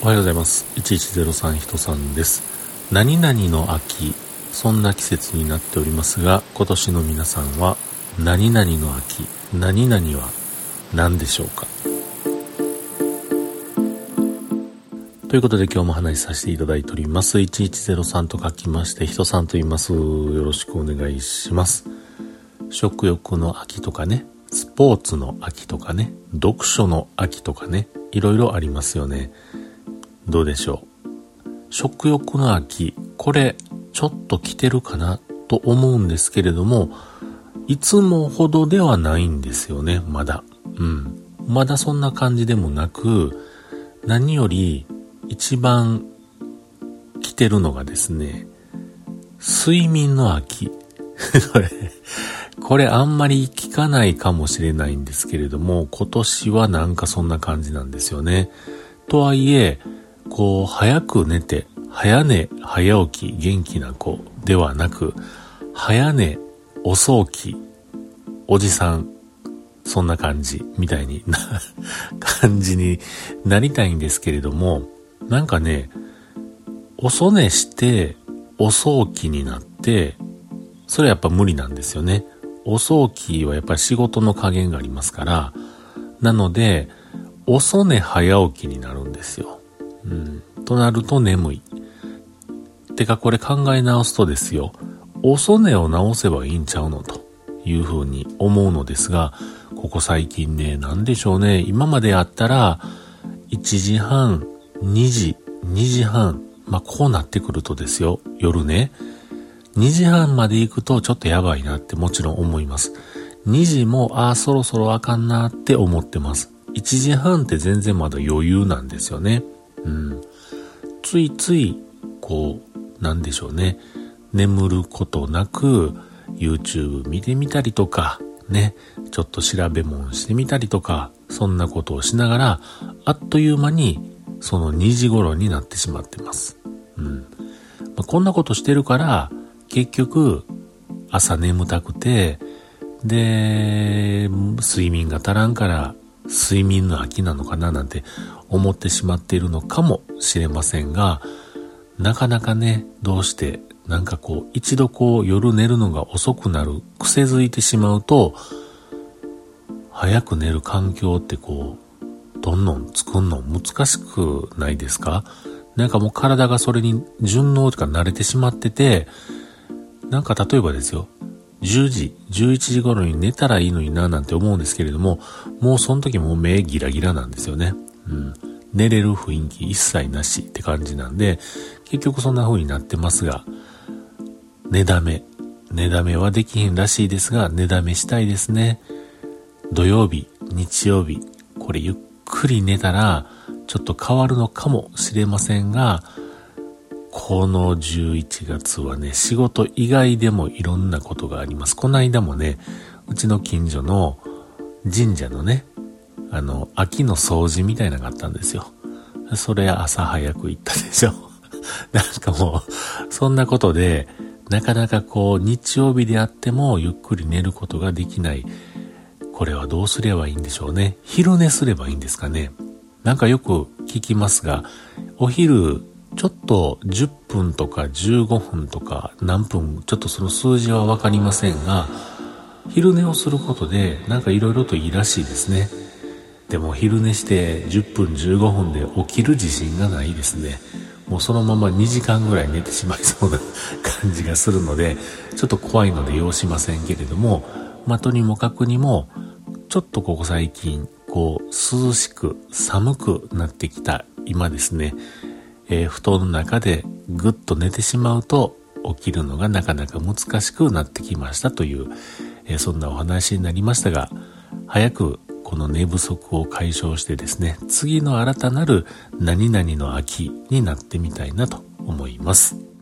おはようございます。1103人さんです。何々の秋、そんな季節になっておりますが、今年の皆さんは何々の秋、何々は何でしょうか。ということで今日も話しさせていただいております。1103と書きまして人さんと言います。よろしくお願いします。食欲の秋とかね、スポーツの秋とかね、読書の秋とかね、いろいろありますよね。どうでしょう。食欲の秋、これちょっと来てるかなと思うんですけれども、いつもほどではないんですよね。まだそんな感じでもなく、何より一番来てるのがですね、睡眠の秋これあんまり聞かないかもしれないんですけれども、今年はなんかそんな感じなんですよね。とはいえ、早く寝て早寝早起き元気な子ではなく、早寝遅起きおじさん、そんな感じみたいに感じになりたいんですけれども、なんかね、遅寝して遅起きになって、それはやっぱ無理なんですよね。遅起きはやっぱり仕事の加減がありますから、なので遅寝早起きになるんですよ。となると眠い。てかこれ考え直すとですよ、遅寝を直せばいいんちゃうのというふうに思うのですが、ここ最近ね、なんでしょうね、今までやったら1時半、2時、2時半、こうなってくるとですよ、夜ね、2時半まで行くとちょっとやばいなってもちろん思います。2時もそろそろあかんなって思ってます。1時半って全然まだ余裕なんですよね。ついついなんでしょうね、眠ることなく YouTube 見てみたりとかね、ちょっと調べ物してみたりとか、そんなことをしながらあっという間にその2時頃になってしまってます。こんなことしてるから結局朝眠たくて、で睡眠が足らんから睡眠の秋なのかななんて思ってしまっているのかもしれませんが、なかなかね、どうして一度夜寝るのが遅くなる、癖づいてしまうと、早く寝る環境ってどんどん作るの難しくないですか？もう体がそれに順応とか慣れてしまってて、例えばですよ、10時、11時頃に寝たらいいのにななんて思うんですけれども、もうその時もう目ギラギラなんですよね。寝れる雰囲気一切なしって感じなんで、結局そんな風になってますが、寝だめはできへんらしいですが、寝だめしたいですね。土曜日、日曜日、これゆっくり寝たらちょっと変わるのかもしれませんが、この11月はね、仕事以外でもいろんなことがあります。この間もね、うちの近所の神社のね、秋の掃除みたいなのがあったんですよ。それ朝早く行ったでしょ。もう、そんなことで、なかなか日曜日であってもゆっくり寝ることができない。これはどうすればいいんでしょうね。昼寝すればいいんですかね。よく聞きますが、お昼、ちょっと10分とか15分とか何分、ちょっとその数字はわかりませんが、昼寝をすることでいろいろといいらしいですね。でも昼寝して10分15分で起きる自信がないですね。もうそのまま2時間ぐらい寝てしまいそうな感じがするので、ちょっと怖いので要しませんけれども、とにもかくにもちょっとここ最近涼しく寒くなってきた今ですね、布団の中でぐっと寝てしまうと起きるのがなかなか難しくなってきましたという、そんなお話になりましたが、早くこの寝不足を解消してですね、次の新たなる何々の秋になってみたいなと思います。